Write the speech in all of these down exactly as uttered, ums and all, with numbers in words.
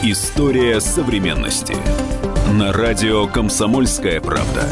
История современности. На радио «Комсомольская правда».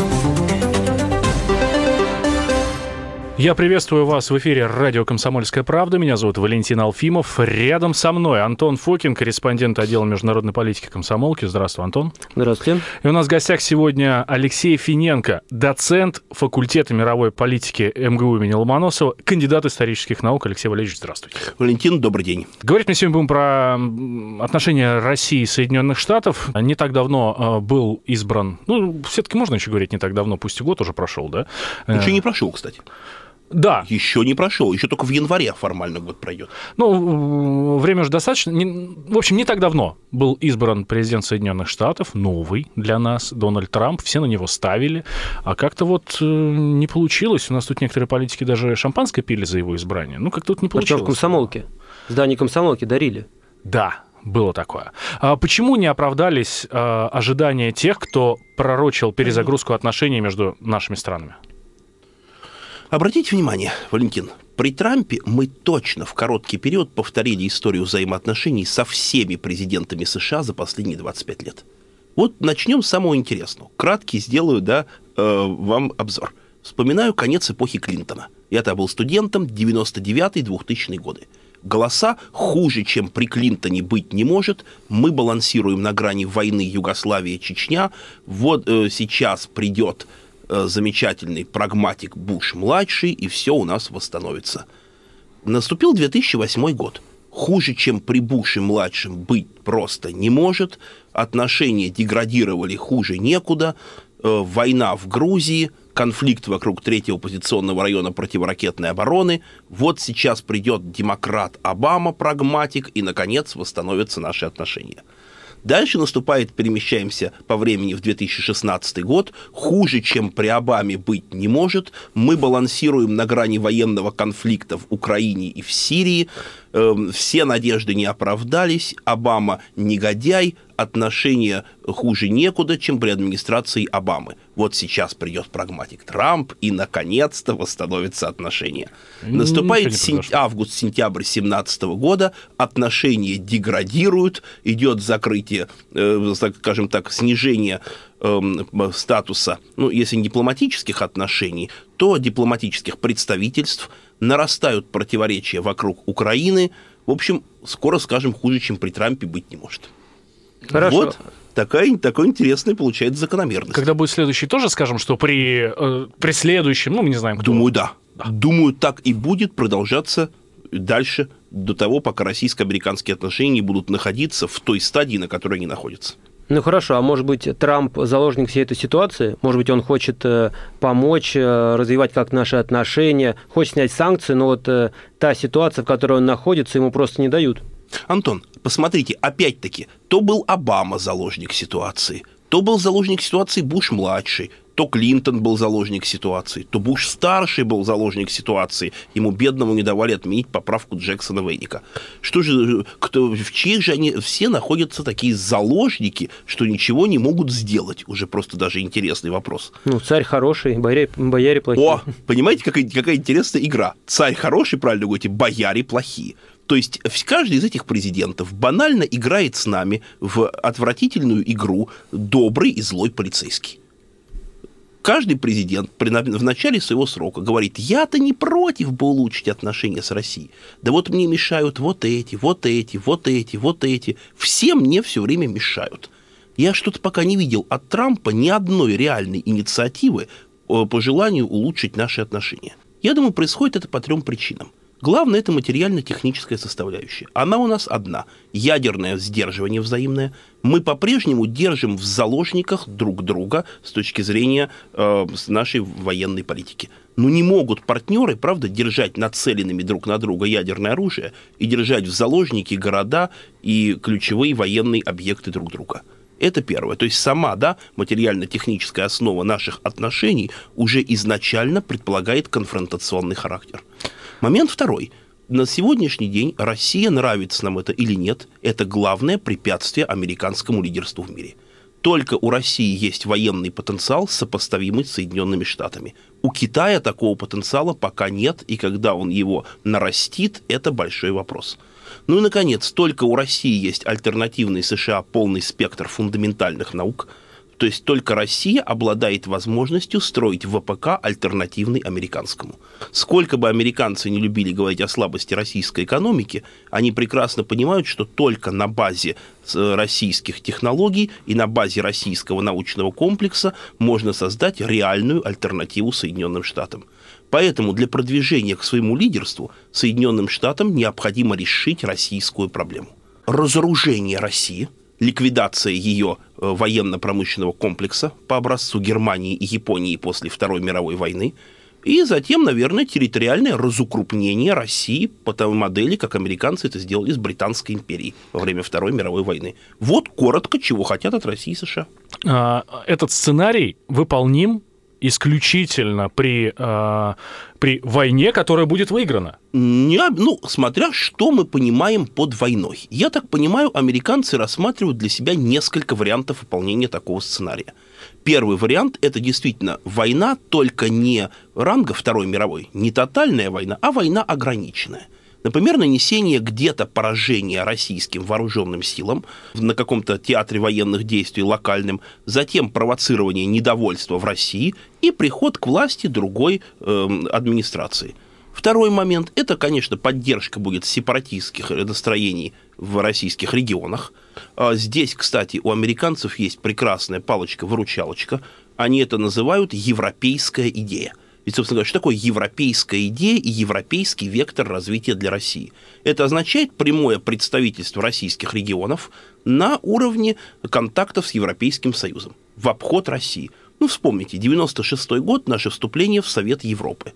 Я приветствую вас в эфире радио «Комсомольская правда». Меня зовут Валентин Алфимов. Рядом со мной Антон Фокин, корреспондент отдела международной политики комсомолки. Здравствуй, Антон. Здравствуйте. И у нас в гостях сегодня Алексей Финенко, доцент факультета мировой политики эм гэ у имени Ломоносова, кандидат исторических наук. Алексей Валерьевич, здравствуйте. Валентин, добрый день. Говорить мы сегодня будем про отношения России и Соединенных Штатов. Не так давно был избран, ну, все-таки можно еще говорить не так давно, пусть и год уже прошел, да? Еще не прошел, кстати. Да. Еще не прошел, еще только в январе формально год пройдет. Ну, время уже достаточно. В общем, не так давно был избран президент Соединенных Штатов, новый для нас, Дональд Трамп. Все на него ставили. А как-то вот не получилось. У нас тут некоторые политики даже шампанское пили за его избрание. Ну, как-то вот не получилось. Причем в комсомолке. Здание комсомолки дарили. Да. Было такое. А почему не оправдались а, ожидания тех, кто пророчил перезагрузку отношений между нашими странами? Обратите внимание, Валентин, при Трампе мы точно в короткий период повторили историю взаимоотношений со всеми президентами США за последние двадцать пять лет. Вот начнем с самого интересного. Краткий сделаю, да, э, вам обзор. Вспоминаю конец эпохи Клинтона. Я-то был студентом, девяносто девятый - двухтысячные годы. Голоса хуже, чем при Клинтоне, быть не может. Мы балансируем на грани войны Югославия-Чечня. Вот э, сейчас придет замечательный прагматик Буш-младший, и все у нас восстановится. Наступил две тысячи восьмой год. Хуже, чем при Буше-младшем, быть просто не может. Отношения деградировали хуже некуда. Война в Грузии, конфликт вокруг третьего позиционного района противоракетной обороны. Вот сейчас придет демократ Обама, прагматик, и, наконец, восстановятся наши отношения. Дальше наступает, перемещаемся по времени в две тысячи шестнадцатый год. Хуже, чем при Обаме, быть не может. Мы балансируем на грани военного конфликта в Украине и в Сирии. Все надежды не оправдались. Обама негодяй. Отношения хуже некуда, чем при администрации Обамы. Вот сейчас придет прагматик Трамп, и, наконец-то, восстановятся отношения. Наступает сентя... август-сентябрь две тысячи семнадцатого года, отношения деградируют, идет закрытие, э, скажем так, снижение э, статуса, ну, если не дипломатических отношений, то дипломатических представительств, нарастают противоречия вокруг Украины. В общем, скоро, скажем, хуже, чем при Трампе, быть не может. Хорошо. Вот такая, такой интересный получается закономерность. Когда будет следующий, тоже скажем, что при, э, при следующем, ну, мы не знаем, кто. Думаю, да. да. Думаю, так и будет продолжаться дальше, до того, пока российско-американские отношения будут находиться в той стадии, на которой они находятся. Ну хорошо, а может быть, Трамп заложник всей этой ситуации? Может быть, он хочет э, помочь э, развивать как наши отношения, хочет снять санкции, но вот э, та ситуация, в которой он находится, ему просто не дают. Антон, посмотрите, опять-таки, то был Обама заложник ситуации, то был заложник ситуации Буш-младший, то Клинтон был заложник ситуации, то Буш-старший был заложник ситуации. Ему, бедному, не давали отменить поправку Джексона-Вейника. Что же, кто, в чьих же они все находятся такие заложники, что ничего не могут сделать? Уже просто даже интересный вопрос. Ну, царь хороший, бояре, бояре плохие. О, понимаете, какая, какая интересная игра. Царь хороший, правильно говорите, бояре плохие. То есть каждый из этих президентов банально играет с нами в отвратительную игру добрый и злой полицейский. Каждый президент в начале своего срока говорит: я-то не против бы улучшить отношения с Россией. Да вот мне мешают вот эти, вот эти, вот эти, вот эти. Все мне все время мешают. Я что-то пока не видел от Трампа ни одной реальной инициативы по желанию улучшить наши отношения. Я думаю, происходит это по трем причинам. Главное – это материально-техническая составляющая. Она у нас одна – ядерное сдерживание взаимное. Мы по-прежнему держим в заложниках друг друга с точки зрения э, нашей военной политики. Но не могут партнеры, правда, держать нацеленными друг на друга ядерное оружие и держать в заложники города и ключевые военные объекты друг друга. Это первое. То есть сама, да, материально-техническая основа наших отношений уже изначально предполагает конфронтационный характер. Момент второй. На сегодняшний день Россия, нравится нам это или нет, это главное препятствие американскому лидерству в мире. Только у России есть военный потенциал, сопоставимый с Соединенными Штатами. У Китая такого потенциала пока нет, и когда он его нарастит, это большой вопрос. Ну и, наконец, только у России есть альтернативный США полный спектр фундаментальных наук, то есть только Россия обладает возможностью строить ВПК альтернативный американскому. Сколько бы американцы не любили говорить о слабости российской экономики, они прекрасно понимают, что только на базе российских технологий и на базе российского научного комплекса можно создать реальную альтернативу Соединенным Штатам. Поэтому для продвижения к своему лидерству Соединенным Штатам необходимо решить российскую проблему. Разоружение России, ликвидация ее военно-промышленного комплекса по образцу Германии и Японии после Второй мировой войны, и затем, наверное, территориальное разукрупнение России по той модели, как американцы это сделали с Британской империей во время Второй мировой войны. Вот коротко, чего хотят от России и США. Этот сценарий выполним исключительно при, э, при войне, которая будет выиграна? Не, ну, смотря что мы понимаем под войной. Я так понимаю, американцы рассматривают для себя несколько вариантов выполнения такого сценария. Первый вариант – это действительно война, только не ранга Второй мировой, не тотальная война, а война ограниченная. Например, нанесение где-то поражения российским вооруженным силам на каком-то театре военных действий локальным, затем провоцирование недовольства в России и приход к власти другой э, администрации. Второй момент – это, конечно, поддержка будет сепаратистских настроений в российских регионах. Здесь, кстати, у американцев есть прекрасная палочка-выручалочка. Они это называют «европейская идея». Ведь, собственно говоря, что такое европейская идея и европейский вектор развития для России? Это означает прямое представительство российских регионов на уровне контактов с Европейским Союзом, в обход России. Ну, вспомните, девяносто шестой год, наше вступление в Совет Европы.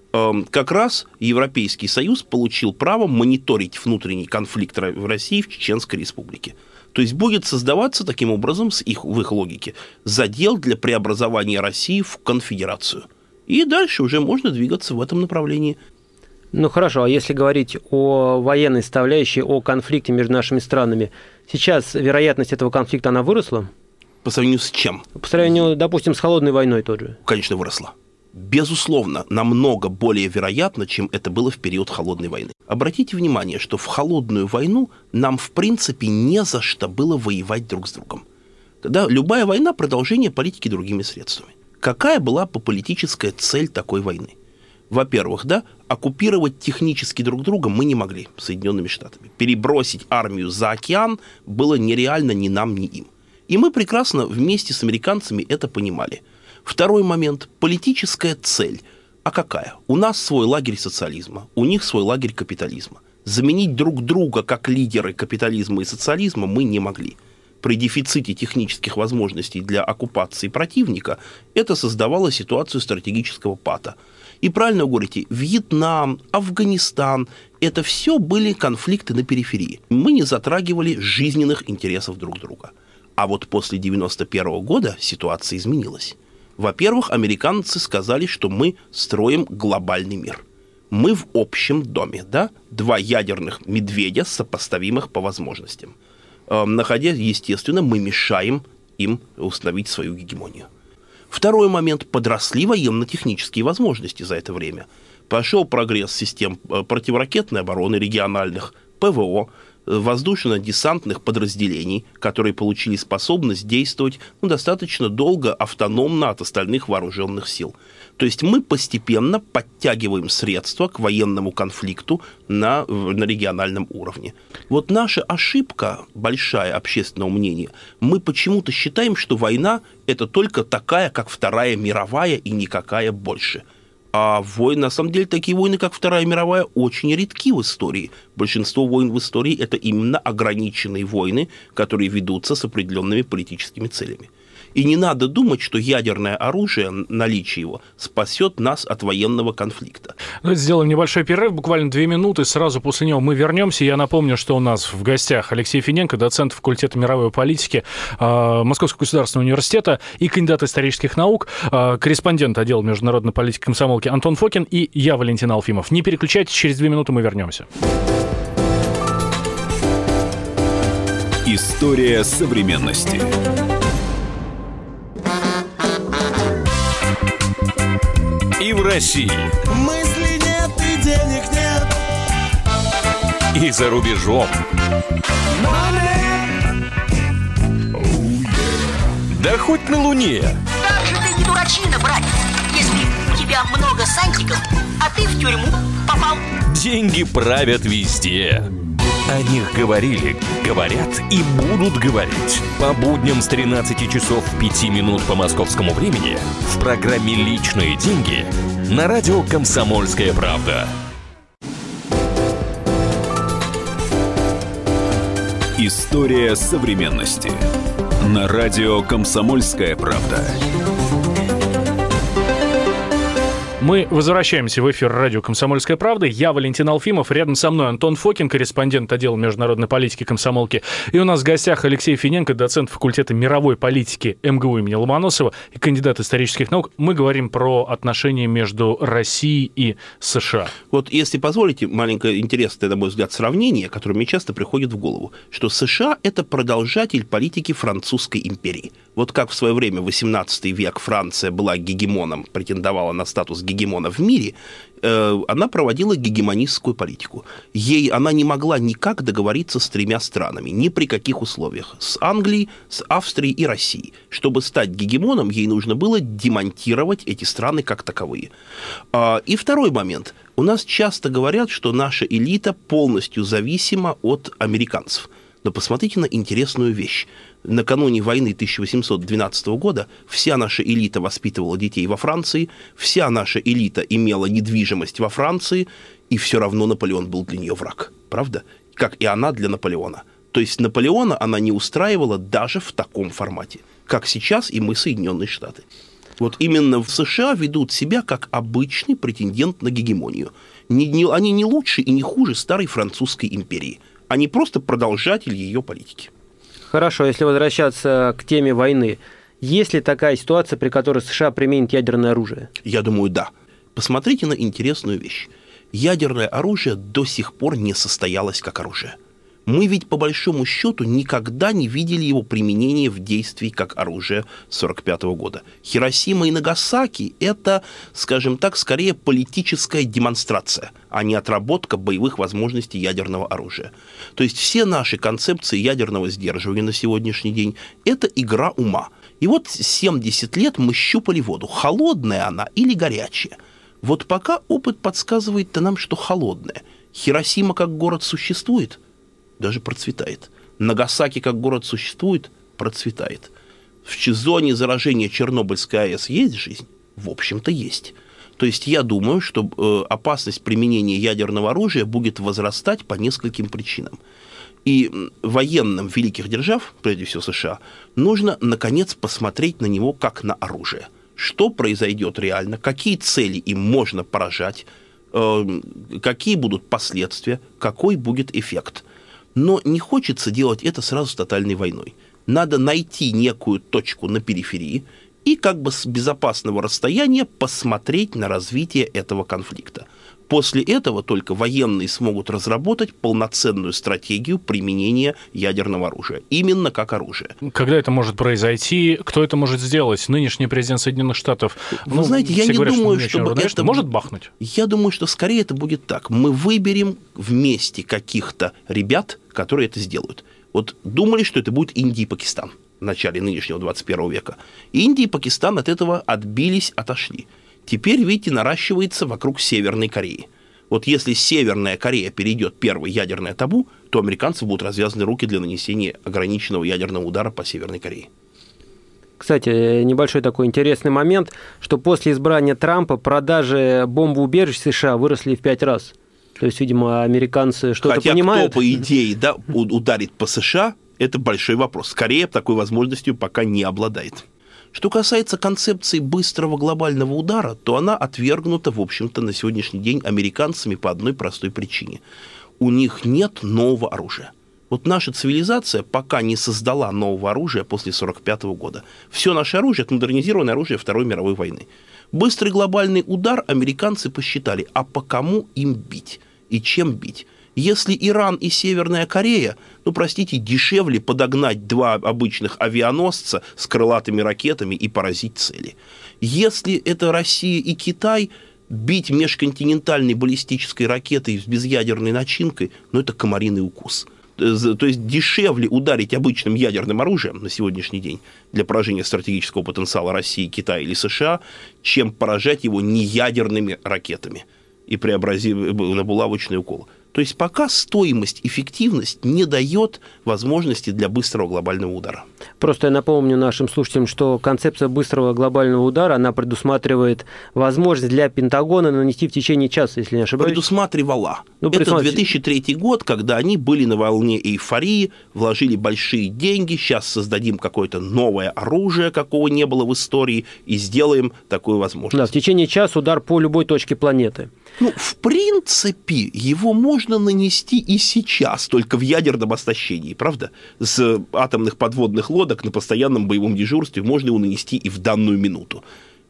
Как раз Европейский Союз получил право мониторить внутренний конфликт в России в Чеченской Республике. То есть будет создаваться таким образом, с их, в их логике, задел для преобразования России в конфедерацию. И дальше уже можно двигаться в этом направлении. Ну хорошо, а если говорить о военной составляющей, о конфликте между нашими странами, сейчас вероятность этого конфликта, она выросла? По сравнению с чем? По сравнению, допустим, с холодной войной тот же. Конечно, выросла. Безусловно, намного более вероятно, чем это было в период холодной войны. Обратите внимание, что в холодную войну нам, в принципе, не за что было воевать друг с другом. Да, любая война – продолжение политики другими средствами. Какая была политическая цель такой войны? Во-первых, да, оккупировать технически друг друга мы не могли Соединенными Штатами. Перебросить армию за океан было нереально ни нам, ни им. И мы прекрасно вместе с американцами это понимали. Второй момент – политическая цель. А какая? У нас свой лагерь социализма, у них свой лагерь капитализма. Заменить друг друга как лидеры капитализма и социализма мы не могли. При дефиците технических возможностей для оккупации противника это создавало ситуацию стратегического пата. И правильно вы говорите, Вьетнам, Афганистан – это все были конфликты на периферии. Мы не затрагивали жизненных интересов друг друга. А вот после девяносто первого года ситуация изменилась. Во-первых, американцы сказали, что мы строим глобальный мир. Мы в общем доме, да? Два ядерных медведя, сопоставимых по возможностям. Находясь, естественно, мы мешаем им установить свою гегемонию. Второй момент. Подросли военно-технические возможности за это время. Пошел прогресс систем противоракетной обороны, региональных, ПВО, воздушно-десантных подразделений, которые получили способность действовать ну, достаточно долго, автономно от остальных вооруженных сил. То есть мы постепенно подтягиваем средства к военному конфликту на, на региональном уровне. Вот наша ошибка, большая общественного мнения, мы почему-то считаем, что война – это только такая, как Вторая мировая, и никакая больше. А войны, на самом деле, такие войны, как Вторая мировая, очень редки в истории. Большинство войн в истории – это именно ограниченные войны, которые ведутся с определенными политическими целями. И не надо думать, что ядерное оружие, наличие его, спасет нас от военного конфликта. Давайте сделаем небольшой перерыв, буквально две минуты. Сразу после него мы вернемся. Я напомню, что у нас в гостях Алексей Финенко, доцент факультета мировой политики Московского государственного университета и кандидат исторических наук, корреспондент отдела международной политики комсомолки Антон Фокин и я, Валентин Алфимов. Не переключайтесь, через две минуты мы вернемся. История современности. И в России. Мысли нет и денег нет. И за рубежом. Да хоть на Луне. Как же ты не дурачина, братец, если у тебя много сантиков, а ты в тюрьму попал. Деньги правят везде. О них говорили, говорят и будут говорить. По будням с тринадцати часов пяти минут по московскому времени в программе «Личные деньги» на радио «Комсомольская правда». История современности. На радио «Комсомольская правда». Мы возвращаемся в эфир радио «Комсомольская правда». Я Валентин Алфимов, рядом со мной Антон Фокин, корреспондент отдела международной политики комсомолки. И у нас в гостях Алексей Финенко, доцент факультета мировой политики эм гэ у имени Ломоносова и кандидат исторических наук. Мы говорим про отношения между Россией и США. Вот если позволите, маленькое интересное, на мой взгляд, сравнение, которое мне часто приходит в голову, что США – это продолжатель политики французской империи. Вот как в свое время, в восемнадцатый век, Франция была гегемоном, претендовала на статус гегемона в мире, э, она проводила гегемонистскую политику. Ей она не могла никак договориться с тремя странами, ни при каких условиях. С Англией, с Австрией и Россией. Чтобы стать гегемоном, ей нужно было демонтировать эти страны как таковые. А, и второй момент. У нас часто говорят, что наша элита полностью зависима от американцев. Но посмотрите на интересную вещь. Накануне войны тысяча восемьсот двенадцатого года вся наша элита воспитывала детей во Франции, вся наша элита имела недвижимость во Франции, и все равно Наполеон был для нее враг. Правда? Как и она для Наполеона. То есть Наполеона она не устраивала даже в таком формате, как сейчас и мы, Соединенные Штаты. Вот именно в США ведут себя как обычный претендент на гегемонию. Не, не, они не лучше и не хуже старой французской империи. Они просто продолжатель ее политики. Хорошо, если возвращаться к теме войны, есть ли такая ситуация, при которой США применит ядерное оружие? Я думаю, да. Посмотрите на интересную вещь. Ядерное оружие до сих пор не состоялось как оружие. Мы ведь, по большому счету, никогда не видели его применения в действии как оружие сорок пятого года. Хиросима и Нагасаки – это, скажем так, скорее политическая демонстрация, а не отработка боевых возможностей ядерного оружия. То есть все наши концепции ядерного сдерживания на сегодняшний день – это игра ума. И вот семьдесят лет мы щупали воду, холодная она или горячая. Вот пока опыт подсказывает-то нам, что холодная. Хиросима как город существует – даже процветает. Нагасаки как город существует, процветает. В зоне заражения Чернобыльской АЭС есть жизнь? В общем-то, есть. То есть я думаю, что э, опасность применения ядерного оружия будет возрастать по нескольким причинам. И военным великих держав, прежде всего США, нужно, наконец, посмотреть на него как на оружие. Что произойдет реально, какие цели им можно поражать, э, какие будут последствия, какой будет эффект. Но не хочется делать это сразу с тотальной войной. Надо найти некую точку на периферии и как бы с безопасного расстояния посмотреть на развитие этого конфликта. После этого только военные смогут разработать полноценную стратегию применения ядерного оружия. Именно как оружие. Когда это может произойти? Кто это может сделать? Нынешний президент Соединенных Штатов? Вы ну, знаете, я не говорят, думаю, что чтобы это... Может бахнуть? Я думаю, что скорее это будет так. Мы выберем вместе каких-то ребят, которые это сделают. Вот думали, что это будет Индия и Пакистан в начале нынешнего двадцать первого века. Индия и Пакистан от этого отбились, отошли. Теперь, видите, наращивается вокруг Северной Кореи. Вот если Северная Корея перейдет первое ядерное табу, то американцы будут развязаны руки для нанесения ограниченного ядерного удара по Северной Корее. Кстати, небольшой такой интересный момент, что после избрания Трампа продажи бомбоубежищ США выросли в пять раз. То есть, видимо, американцы что-то Хотя понимают. кто, по идее, да, ударит по США, это большой вопрос. Корея такой возможностью пока не обладает. Что касается концепции быстрого глобального удара, то она отвергнута, в общем-то, на сегодняшний день американцами по одной простой причине. У них нет нового оружия. Вот наша цивилизация пока не создала нового оружия после сорок пятого года. Все наше оружие – это модернизированное оружие Второй мировой войны. Быстрый глобальный удар американцы посчитали, а по кому им бить и чем бить. Если Иран и Северная Корея, ну, простите, дешевле подогнать два обычных авианосца с крылатыми ракетами и поразить цели. Если это Россия и Китай, бить межконтинентальной баллистической ракетой с безъядерной начинкой, ну, это комариный укус. То есть дешевле ударить обычным ядерным оружием на сегодняшний день для поражения стратегического потенциала России, Китая или США, чем поражать его неядерными ракетами и преобразив на булавочный укол. То есть пока стоимость, эффективность не дает возможности для быстрого глобального удара. Просто я напомню нашим слушателям, что концепция быстрого глобального удара, она предусматривает возможность для Пентагона нанести в течение часа, если не ошибаюсь. Предусматривала. Ну, Это предусматр... две тысячи третий год, когда они были на волне эйфории, вложили большие деньги, сейчас создадим какое-то новое оружие, какого не было в истории, и сделаем такую возможность. Да, в течение часа удар по любой точке планеты. Ну, в принципе, его можно нанести и сейчас, только в ядерном оснащении, правда? С атомных подводных лодок на постоянном боевом дежурстве можно его нанести и в данную минуту.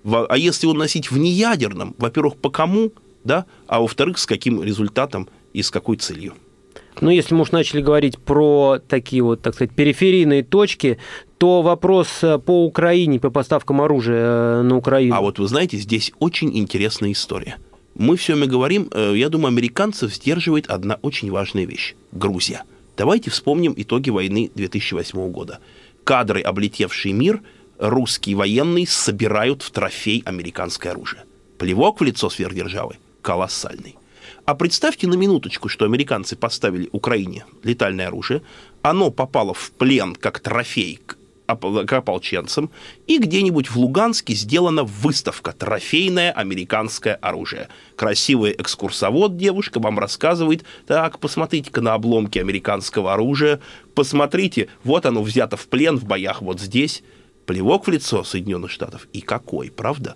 А если его носить в неядерном, во-первых, по кому, да, а во-вторых, с каким результатом и с какой целью? Ну, если мы уж начали говорить про такие вот, так сказать, периферийные точки, то вопрос по Украине, по поставкам оружия на Украину. А вот вы знаете, здесь очень интересная история. Мы все время говорим, я думаю, американцев сдерживает одна очень важная вещь – Грузия. Давайте вспомним итоги войны две тысячи восьмого года. Кадры, облетевшие мир, русские военные собирают в трофей американское оружие. Плевок в лицо сверхдержавы колоссальный. А представьте на минуточку, что американцы поставили Украине летальное оружие, оно попало в плен как трофей к к ополченцам, и где-нибудь в Луганске сделана выставка «Трофейное американское оружие». Красивый экскурсовод, девушка, вам рассказывает: так, посмотрите-ка на обломки американского оружия, посмотрите, вот оно взято в плен в боях вот здесь. Плевок в лицо Соединенных Штатов. И какой, правда?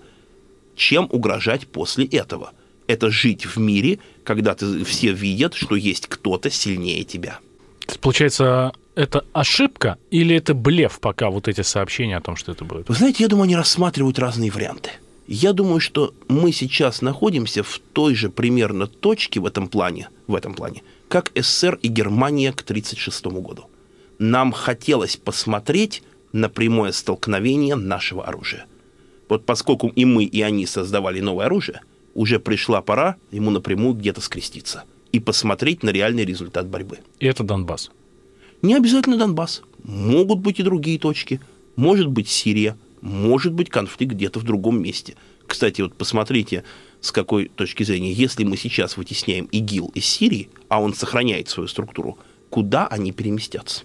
Чем угрожать после этого? Это жить в мире, когда ты, все видят, что есть кто-то сильнее тебя. Получается, это ошибка или это блеф пока, вот эти сообщения о том, что это будет? Вы знаете, я думаю, они рассматривают разные варианты. Я думаю, что мы сейчас находимся в той же примерно точке в этом плане, в этом плане, как СССР и Германия к тридцать шестому году. Нам хотелось посмотреть на прямое столкновение нашего оружия. Вот поскольку и мы, и они создавали новое оружие, уже пришла пора ему напрямую где-то скреститься и посмотреть на реальный результат борьбы. И это Донбасс. Не обязательно Донбасс. Могут быть и другие точки. Может быть Сирия, может быть конфликт где-то в другом месте. Кстати, вот посмотрите, с какой точки зрения, если мы сейчас вытесняем ИГИЛ из Сирии, а он сохраняет свою структуру, куда они переместятся?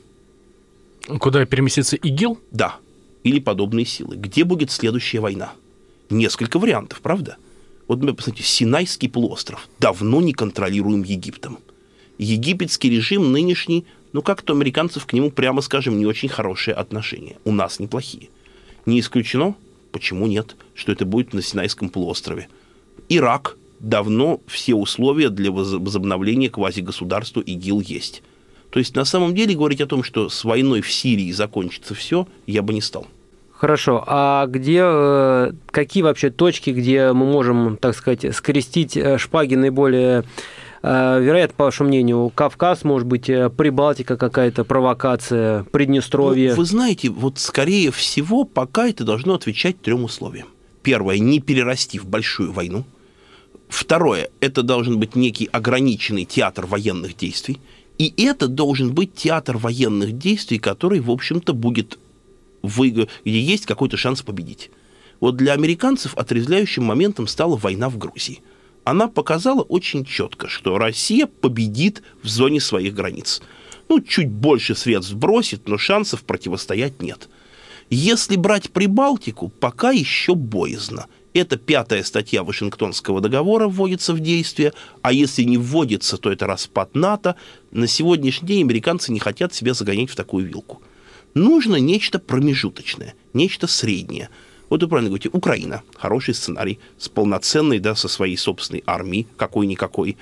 Куда переместится ИГИЛ? Да, или подобные силы. Где будет следующая война? Несколько вариантов, правда? Вот, посмотрите, Синайский полуостров давно не контролируем Египтом. Египетский режим нынешний, ну, как-то у американцев к нему, прямо скажем, не очень хорошие отношения. У нас неплохие. Не исключено, почему нет, что это будет на Синайском полуострове. Ирак. Давно все условия для возобновления квазигосударства ИГИЛ есть. То есть, на самом деле, говорить о том, что с войной в Сирии закончится все, я бы не стал. Хорошо. А где, какие вообще точки, где мы можем, так сказать, скрестить шпаги наиболее вероятно, по вашему мнению? Кавказ, может быть, Прибалтика какая-то, провокация, Приднестровье? Ну, вы знаете, вот скорее всего, пока это должно отвечать трем условиям. Первое, не перерасти в большую войну. Второе, это должен быть некий ограниченный театр военных действий. И это должен быть театр военных действий, который, в общем-то, будет где есть какой-то шанс победить. Вот для американцев отрезвляющим моментом стала война в Грузии. Она показала очень четко, что Россия победит в зоне своих границ. Ну, чуть больше средств бросит, но шансов противостоять нет. Если брать Прибалтику, пока еще боязно. Это пятая статья Вашингтонского договора вводится в действие, а если не вводится, то это распад НАТО. На сегодняшний день американцы не хотят себя загонять в такую вилку. Нужно нечто промежуточное, нечто среднее. Вот вы правильно говорите, Украина, хороший сценарий, с полноценной, да, со своей собственной армией, какой-никакой.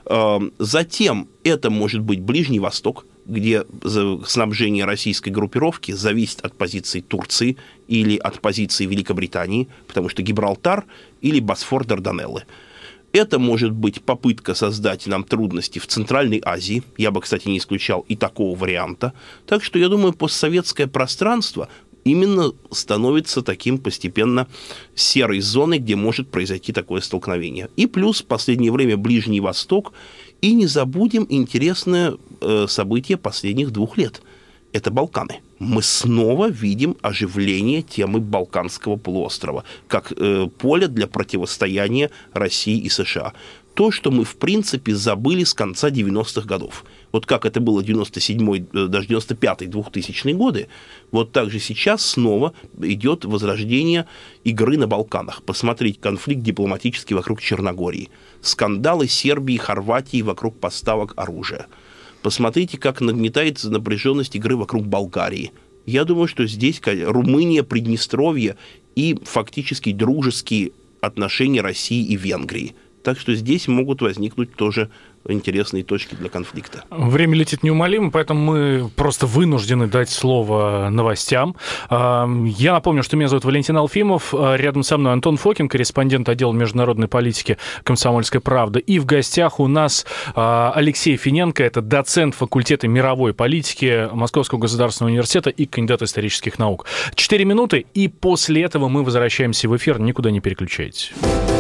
Затем это может быть Ближний Восток, где снабжение российской группировки зависит от позиции Турции или от позиции Великобритании, потому что Гибралтар или Босфор, Дарданеллы. Это может быть попытка создать нам трудности в Центральной Азии. Я бы, кстати, не исключал и такого варианта. Так что, я думаю, постсоветское пространство именно становится таким постепенно серой зоной, где может произойти такое столкновение. И плюс в последнее время Ближний Восток. И не забудем интересное э, событие последних двух лет. Это Балканы. Мы снова видим оживление темы Балканского полуострова как э, поле для противостояния России и США. То, что мы, в принципе, забыли с конца девяностых годов. Вот как это было девяносто седьмой, даже девяносто пятый, двухтысячные годы, вот так же сейчас снова идет возрождение игры на Балканах. Посмотрите конфликт дипломатический вокруг Черногории, скандалы Сербии и Хорватии вокруг поставок оружия. Посмотрите, как нагнетается напряженность игры вокруг Болгарии. Я думаю, что здесь Румыния, Приднестровье и фактически дружеские отношения России и Венгрии. Так что здесь могут возникнуть тоже интересные точки для конфликта. Время летит неумолимо, поэтому мы просто вынуждены дать слово новостям. Я напомню, что меня зовут Валентин Алфимов. Рядом со мной Антон Фокин, корреспондент отдела международной политики «Комсомольской правды». И в гостях у нас Алексей Финенко, это доцент факультета мировой политики Московского государственного университета и кандидат исторических наук. Четыре минуты, и после этого мы возвращаемся в эфир. Никуда не переключайтесь.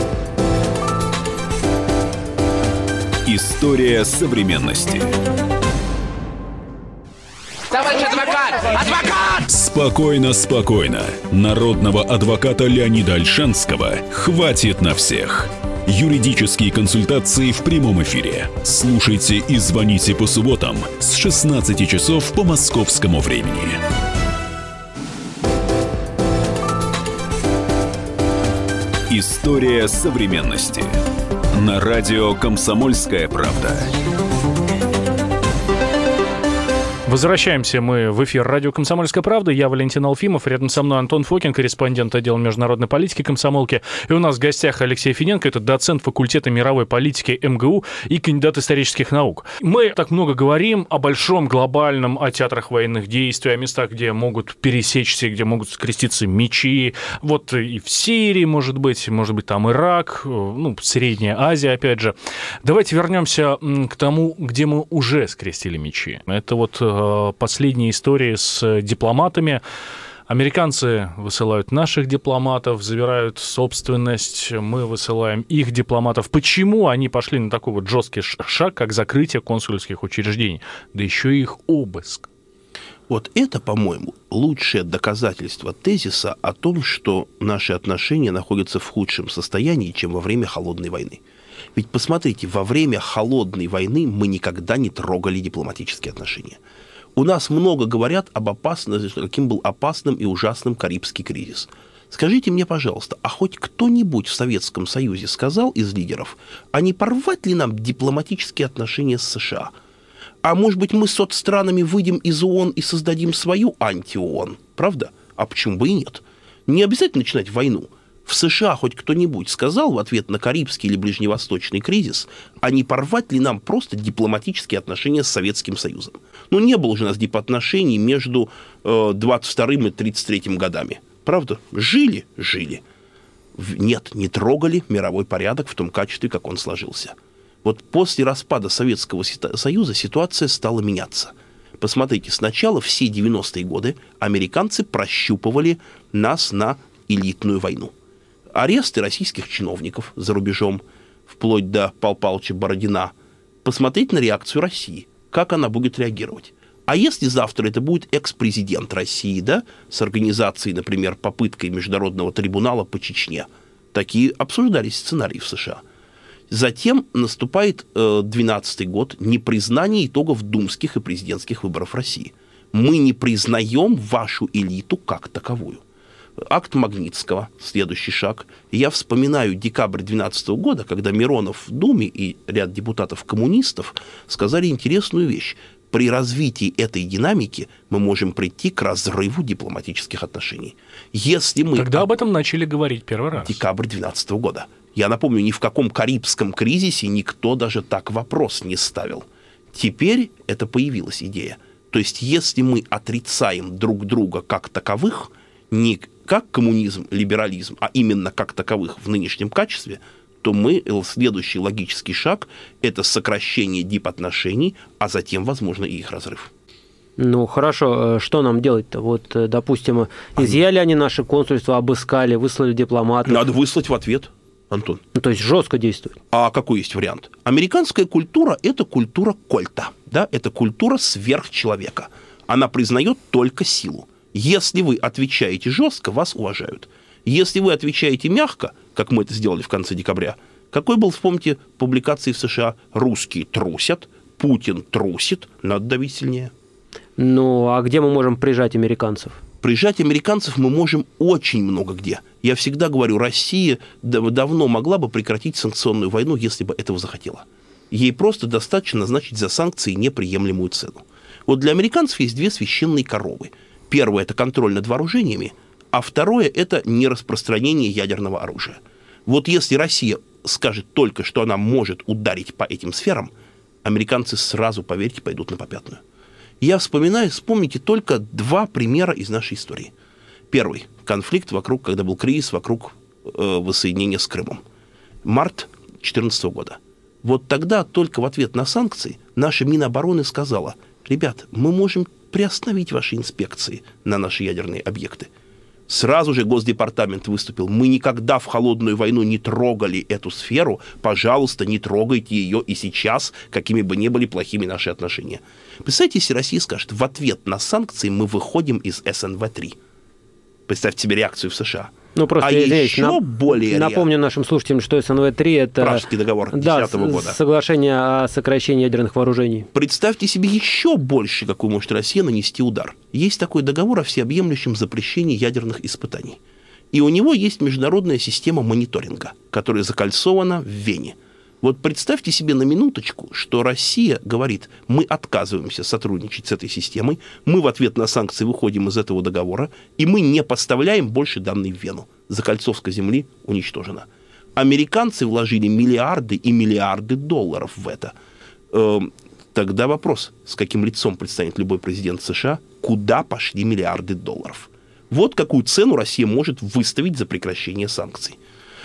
История современности. Товарищ адвокат! Адвокат! Спокойно, спокойно. Народного адвоката Леонида Ольшанского хватит на всех. Юридические консультации в прямом эфире. Слушайте и звоните по субботам с шестнадцати часов по московскому времени. История современности. На радио «Комсомольская правда». Возвращаемся мы в эфир радио «Комсомольская правда». Я Валентин Алфимов, рядом со мной Антон Фокин, корреспондент отдела международной политики комсомолки. И у нас в гостях Алексей Финенко, это доцент факультета мировой политики эм гэ у и кандидат исторических наук. Мы так много говорим о большом, глобальном, о театрах военных действий, о местах, где могут пересечься, где могут скреститься мечи. Вот и в Сирии, может быть, может быть, там Ирак, ну, Средняя Азия, опять же. Давайте вернемся к тому, где мы уже скрестили мечи. Это вот последние истории с дипломатами. Американцы высылают наших дипломатов, забирают собственность, мы высылаем их дипломатов. Почему они пошли на такой вот жесткий шаг, как закрытие консульских учреждений? Да еще и их обыск. Вот это, по-моему, лучшее доказательство тезиса о том, что наши отношения находятся в худшем состоянии, чем во время Холодной войны. Ведь посмотрите, во время Холодной войны мы никогда не трогали дипломатические отношения. У нас много говорят об опасности, каким был опасным и ужасным Карибский кризис. Скажите мне, пожалуйста, а хоть кто-нибудь в Советском Союзе сказал из лидеров, а не порвать ли нам дипломатические отношения с США? А может быть, мы с соцстранами выйдем из ООН и создадим свою анти-ООН? Правда? А почему бы и нет? Не обязательно начинать войну. В США хоть кто-нибудь сказал в ответ на Карибский или Ближневосточный кризис, а не порвать ли нам просто дипломатические отношения с Советским Союзом? Ну, не было же у нас дипотношений между э, двадцать вторым и тридцать третьим годами. Правда? Жили? Жили. Нет, не трогали мировой порядок в том качестве, как он сложился. Вот после распада Советского Союза ситуация стала меняться. Посмотрите, сначала все девяностые годы американцы прощупывали нас на элитную войну. Аресты российских чиновников за рубежом, вплоть до Павла Павловича Бородина, посмотреть на реакцию России, как она будет реагировать. А если завтра это будет экс-президент России, да, с организацией, например, попыткой международного трибунала по Чечне, такие обсуждались сценарии в США. Затем наступает двенадцатый год, непризнание итогов думских и президентских выборов России. Мы не признаем вашу элиту как таковую. Акт Магнитского, следующий шаг. Я вспоминаю декабрь две тысячи двенадцатого года, когда Миронов в Думе и ряд депутатов-коммунистов сказали интересную вещь. При развитии этой динамики мы можем прийти к разрыву дипломатических отношений. Если мы... Когда об этом начали говорить первый раз? Декабрь две тысячи двенадцатого года. Я напомню, ни в каком Карибском кризисе никто даже так вопрос не ставил. Теперь это появилась идея. То есть, если мы отрицаем друг друга как таковых, не как коммунизм, либерализм, а именно как таковых в нынешнем качестве, то мы, следующий логический шаг – это сокращение дипотношений, а затем, возможно, и их разрыв. Ну, хорошо, что нам делать-то? Вот, допустим, изъяли они наше консульство, обыскали, выслали дипломатов. Надо выслать в ответ, Антон. Ну, то есть жестко действовать. А какой есть вариант? Американская культура – это культура кольта, да? Это культура сверхчеловека. Она признает только силу. Если вы отвечаете жестко, вас уважают. Если вы отвечаете мягко, как мы это сделали в конце декабря, какой был, вспомните, публикации в США? Русские трусят, Путин трусит, надо давить сильнее. Ну, а где мы можем прижать американцев? Прижать американцев мы можем очень много где. Я всегда говорю, Россия давно могла бы прекратить санкционную войну, если бы этого захотела. Ей просто достаточно назначить за санкции неприемлемую цену. Вот для американцев есть две священные коровы. Первое – это контроль над вооружениями, а второе – это нераспространение ядерного оружия. Вот если Россия скажет только, что она может ударить по этим сферам, американцы сразу, поверьте, пойдут на попятную. Я вспоминаю, вспомните только два примера из нашей истории. Первый – конфликт вокруг, когда был кризис вокруг э, воссоединения с Крымом. Март две тысячи четырнадцатого года. Вот тогда только в ответ на санкции наша Минобороны сказала: ребят, мы можем приостановить ваши инспекции на наши ядерные объекты. Сразу же Госдепартамент выступил: мы никогда в холодную войну не трогали эту сферу, пожалуйста, не трогайте ее и сейчас, какими бы ни были плохими наши отношения. Представьте, если Россия скажет: в ответ на санкции мы выходим из эс эн вэ три. Представьте себе реакцию в США. Ну, просто, а извините, еще нап- более напомню нашим слушателям, что эс эн вэ три – это Пражский договор две тысячи десятого да, года. Соглашение о сокращении ядерных вооружений. Представьте себе еще больше, какой может Россия нанести удар. Есть такой договор о всеобъемлющем запрещении ядерных испытаний. И у него есть международная система мониторинга, которая закольцована в Вене. Вот представьте себе на минуточку, что Россия говорит: мы отказываемся сотрудничать с этой системой, мы в ответ на санкции выходим из этого договора, и мы не поставляем больше данные в Вену. Закольцовка земли уничтожена. Американцы вложили миллиарды и миллиарды долларов в это. Тогда вопрос, с каким лицом предстанет любой президент США, куда пошли миллиарды долларов. Вот какую цену Россия может выставить за прекращение санкций.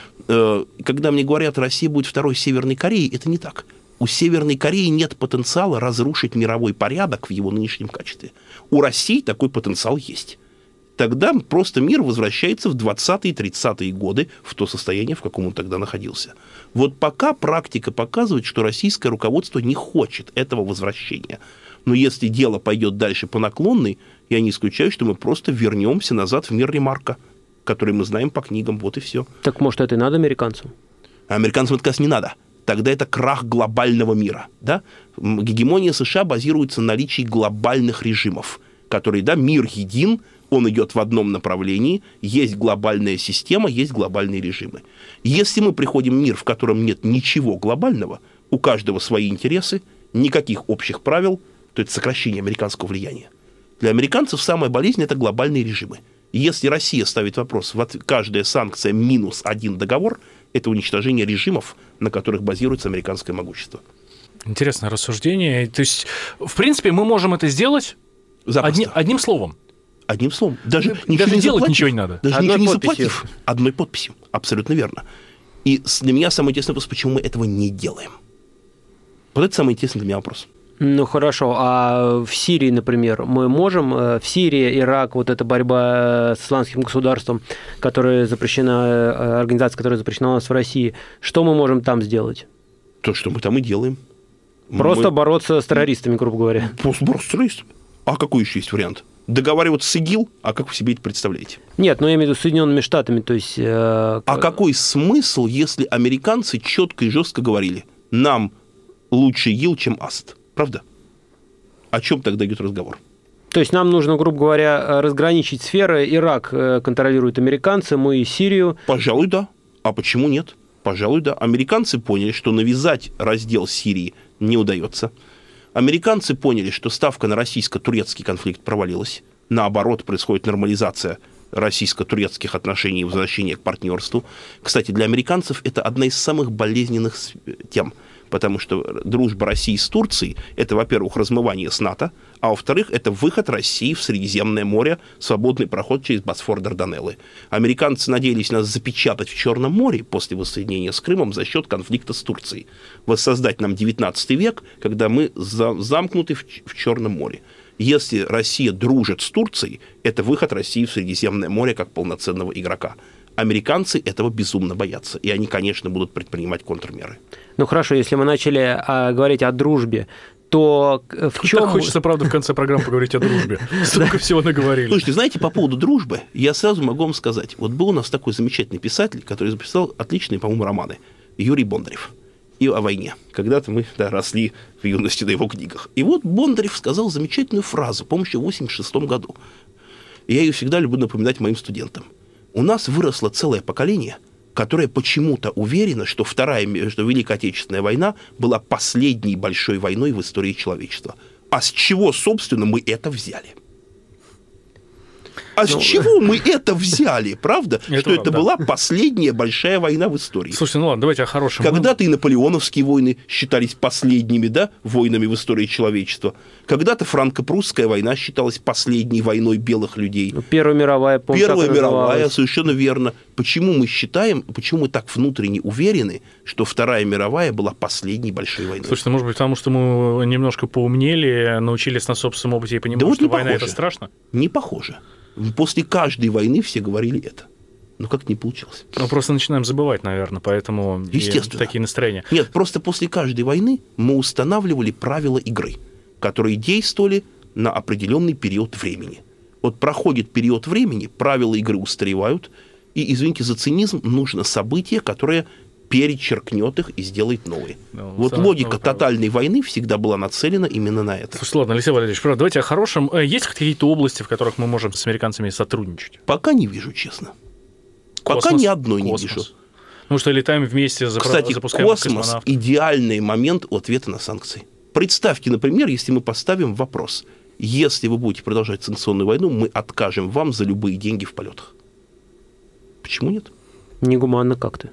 Когда мне говорят, Россия будет второй Северной Кореей, это не так. У Северной Кореи нет потенциала разрушить мировой порядок в его нынешнем качестве. У России такой потенциал есть. Тогда просто мир возвращается в двадцатые-тридцатые годы в то состояние, в каком он тогда находился. Вот пока практика показывает, что российское руководство не хочет этого возвращения. Но если дело пойдет дальше по наклонной, я не исключаю, что мы просто вернемся назад в мир Ремарка, который мы знаем по книгам, вот и все. Так, может, это и надо американцам? А американцам это, кажется, не надо. Тогда это крах глобального мира. Да? Гегемония США базируется на наличии глобальных режимов, которые, да, мир един, он идет в одном направлении, есть глобальная система, есть глобальные режимы. Если мы приходим в мир, в котором нет ничего глобального, у каждого свои интересы, никаких общих правил, то это сокращение американского влияния. Для американцев самая болезнь – это глобальные режимы. Если Россия ставит вопрос, вот каждая санкция минус один договор, это уничтожение режимов, на которых базируется американское могущество. Интересное рассуждение. То есть, в принципе, мы можем это сделать одни, одним словом. Одним словом. Даже, Даже делать заплатив, ничего не надо. Даже Одной ничего не подписью. заплатив. Одной подписью. Абсолютно верно. И для меня самый интересный вопрос, почему мы этого не делаем. Вот это самый интересный для меня вопрос. Ну, хорошо. А в Сирии, например, мы можем... В Сирии, Ирак, вот эта борьба с исламским государством, которая запрещена, организация, которая запрещена у нас в России, что мы можем там сделать? То, что мы там и делаем. Просто мы... бороться с террористами, грубо говоря. Просто бороться с террористами. А какой еще есть вариант? Договариваться с ИГИЛ? А как вы себе это представляете? Нет, ну я имею в виду с Соединенными Штатами, то есть... Э... А какой смысл, если американцы четко и жестко говорили: нам лучше ИГИЛ, чем Асад? Правда? О чем тогда идет разговор? То есть нам нужно, грубо говоря, разграничить сферы. Ирак контролируют американцы, мы Сирию. Пожалуй, да. А почему нет? Пожалуй, да. Американцы поняли, что навязать раздел Сирии не удается. Американцы поняли, что ставка на российско-турецкий конфликт провалилась. Наоборот, происходит нормализация российско-турецких отношений и возвращение к партнерству. Кстати, для американцев это одна из самых болезненных тем. Потому что дружба России с Турцией – это, во-первых, размывание с НАТО, а во-вторых, это выход России в Средиземное море, свободный проход через Босфор, Дарданеллы. Американцы надеялись нас запечатать в Черном море после воссоединения с Крымом за счет конфликта с Турцией. Воссоздать нам девятнадцатый век, когда мы за- замкнуты в, в Черном море. Если Россия дружит с Турцией, это выход России в Средиземное море как полноценного игрока. Американцы этого безумно боятся, и они, конечно, будут предпринимать контрмеры. Ну хорошо, если мы начали а, говорить о дружбе, то в чем... Так хочется, правда, в конце программы поговорить о дружбе. Столько всего наговорили. Слушайте, знаете, по поводу дружбы, я сразу могу вам сказать. Вот был у нас такой замечательный писатель, который записал отличные, по-моему, романы. Юрий Бондарев. И о войне. Когда-то мы да, росли в юности на его книгах. И вот Бондарев сказал замечательную фразу, по-моему, еще в восемьдесят шестом году. И я ее всегда люблю напоминать моим студентам. У нас выросло целое поколение, которое почему-то уверено, что Вторая, что Великая Отечественная война была последней большой войной в истории человечества. А с чего, собственно, мы это взяли? А ну, с чего мы это взяли, правда? Это что это да. была последняя большая война в истории. Слушайте, ну ладно, давайте о хорошем. Когда-то и наполеоновские войны считались последними, да, войнами в истории человечества. Когда-то франко-прусская война считалась последней войной белых людей. Первая мировая, помню, Первая мировая, совершенно верно. Почему мы считаем, почему мы так внутренне уверены, что Вторая мировая была последней большой войной? Слушайте, может быть, потому что мы немножко поумнели, научились на собственном опыте и понимали, да вот что война – это страшно? Не похоже. После каждой войны все говорили это. Но как-то не получилось. Мы просто начинаем забывать, наверное, поэтому Естественно. Такие настроения. Нет, просто после каждой войны мы устанавливали правила игры, которые действовали на определенный период времени. Вот проходит период времени, правила игры устаревают, и, извините за цинизм, нужно событие, которое перечеркнет их и сделает новые. Да, вот логика тотальной войны всегда была нацелена именно на это. Слушайте, ладно, Алексей Валерьевич, правда, давайте о хорошем. Есть какие-то области, в которых мы можем с американцами сотрудничать? Пока не вижу, честно. Космос, Пока ни одной космос. не вижу. Ну что, летаем вместе, запра- Кстати, запускаем космос космонавтов. – идеальный момент ответа на санкции. Представьте, например, если мы поставим вопрос. Если вы будете продолжать санкционную войну, мы откажем вам за любые деньги в полетах. Почему нет? Негуманно как-то.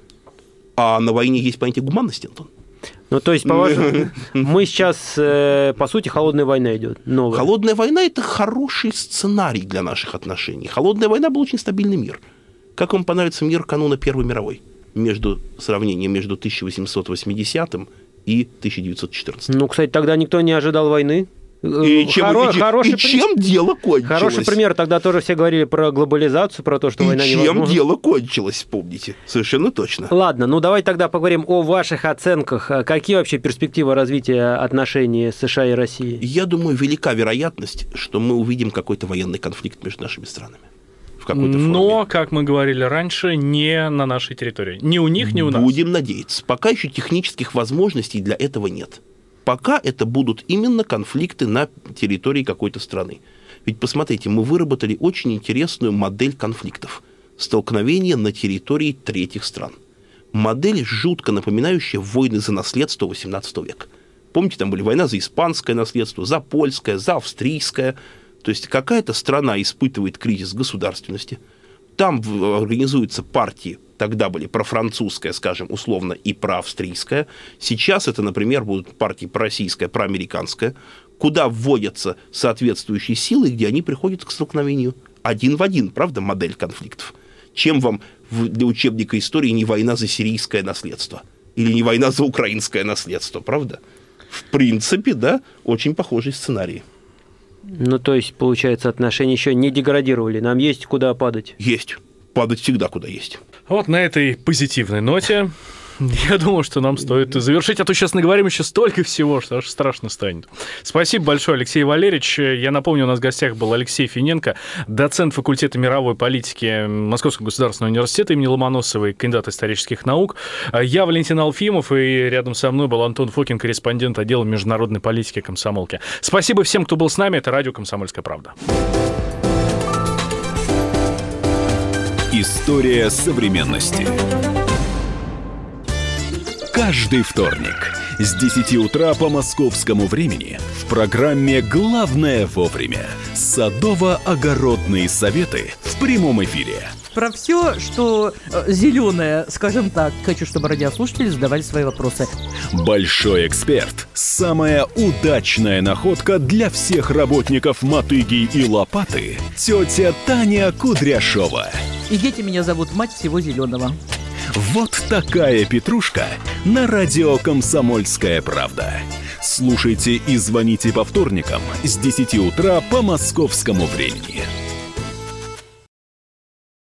А на войне есть понятие гуманности, Антон? Ну, то есть, по-вашему, мы сейчас, по сути, холодная война идет. Новая. Холодная война – это хороший сценарий для наших отношений. Холодная война был очень стабильный мир. Как вам понравится мир кануна Первой мировой? Между сравнением между тысяча восемьсот восьмидесятым и тысяча девятьсот четырнадцатым. Ну, кстати, тогда никто не ожидал войны. И чем, Хоро- и, хороший, и чем при... дело кончилось? Хороший пример. Тогда тоже все говорили про глобализацию, про то, что и война чем невозможна. Чем дело кончилось, помните? Совершенно точно. Ладно, ну давайте тогда поговорим о ваших оценках. Какие вообще перспективы развития отношений США и России? Я думаю, велика вероятность, что мы увидим какой-то военный конфликт между нашими странами. В какой-то Но, форме. как мы говорили раньше, не на нашей территории. Ни у них, ни у нас. Будем надеяться. Пока еще технических возможностей для этого нет. Пока это будут именно конфликты на территории какой-то страны. Ведь посмотрите, мы выработали очень интересную модель конфликтов. Столкновения на территории третьих стран. Модель, жутко напоминающая войны за наследство восемнадцатого века. Помните, там были война за испанское наследство, за польское, за австрийское. То есть какая-то страна испытывает кризис государственности. Там организуются партии, тогда были профранцузская, скажем, условно, и проавстрийская. Сейчас это, например, будут партии пророссийская, проамериканская, куда вводятся соответствующие силы, где они приходят к столкновению. Один в один, правда, модель конфликтов. Чем вам для учебника истории не война за сирийское наследство? Или не война за украинское наследство, правда? В принципе, да, очень похожий сценарий. Ну, то есть, получается, отношения еще не деградировали. Нам есть куда падать. Есть. Падать всегда куда есть. Вот на этой позитивной ноте я думаю, что нам стоит завершить. А то сейчас наговорим еще столько всего, что аж страшно станет. Спасибо большое, Алексей Валерьевич. Я напомню, у нас в гостях был Алексей Финенко, доцент факультета мировой политики Московского государственного университета имени Ломоносовой, кандидат исторических наук. Я Валентин Алфимов, и рядом со мной был Антон Фокин, корреспондент отдела международной политики комсомолки. Спасибо всем, кто был с нами. Это радио «Комсомольская правда». История современности. Каждый вторник с десяти утра по московскому времени в программе «Главное вовремя» садово-огородные советы в прямом эфире. про все, что зеленое, скажем так. Хочу, чтобы радиослушатели задавали свои вопросы. Большой эксперт. Самая удачная находка для всех работников мотыги и лопаты. Тетя Таня Кудряшова. И дети меня зовут мать всего зеленого. Вот такая петрушка на радио «Комсомольская правда». Слушайте и звоните по вторникам с десяти утра по московскому времени.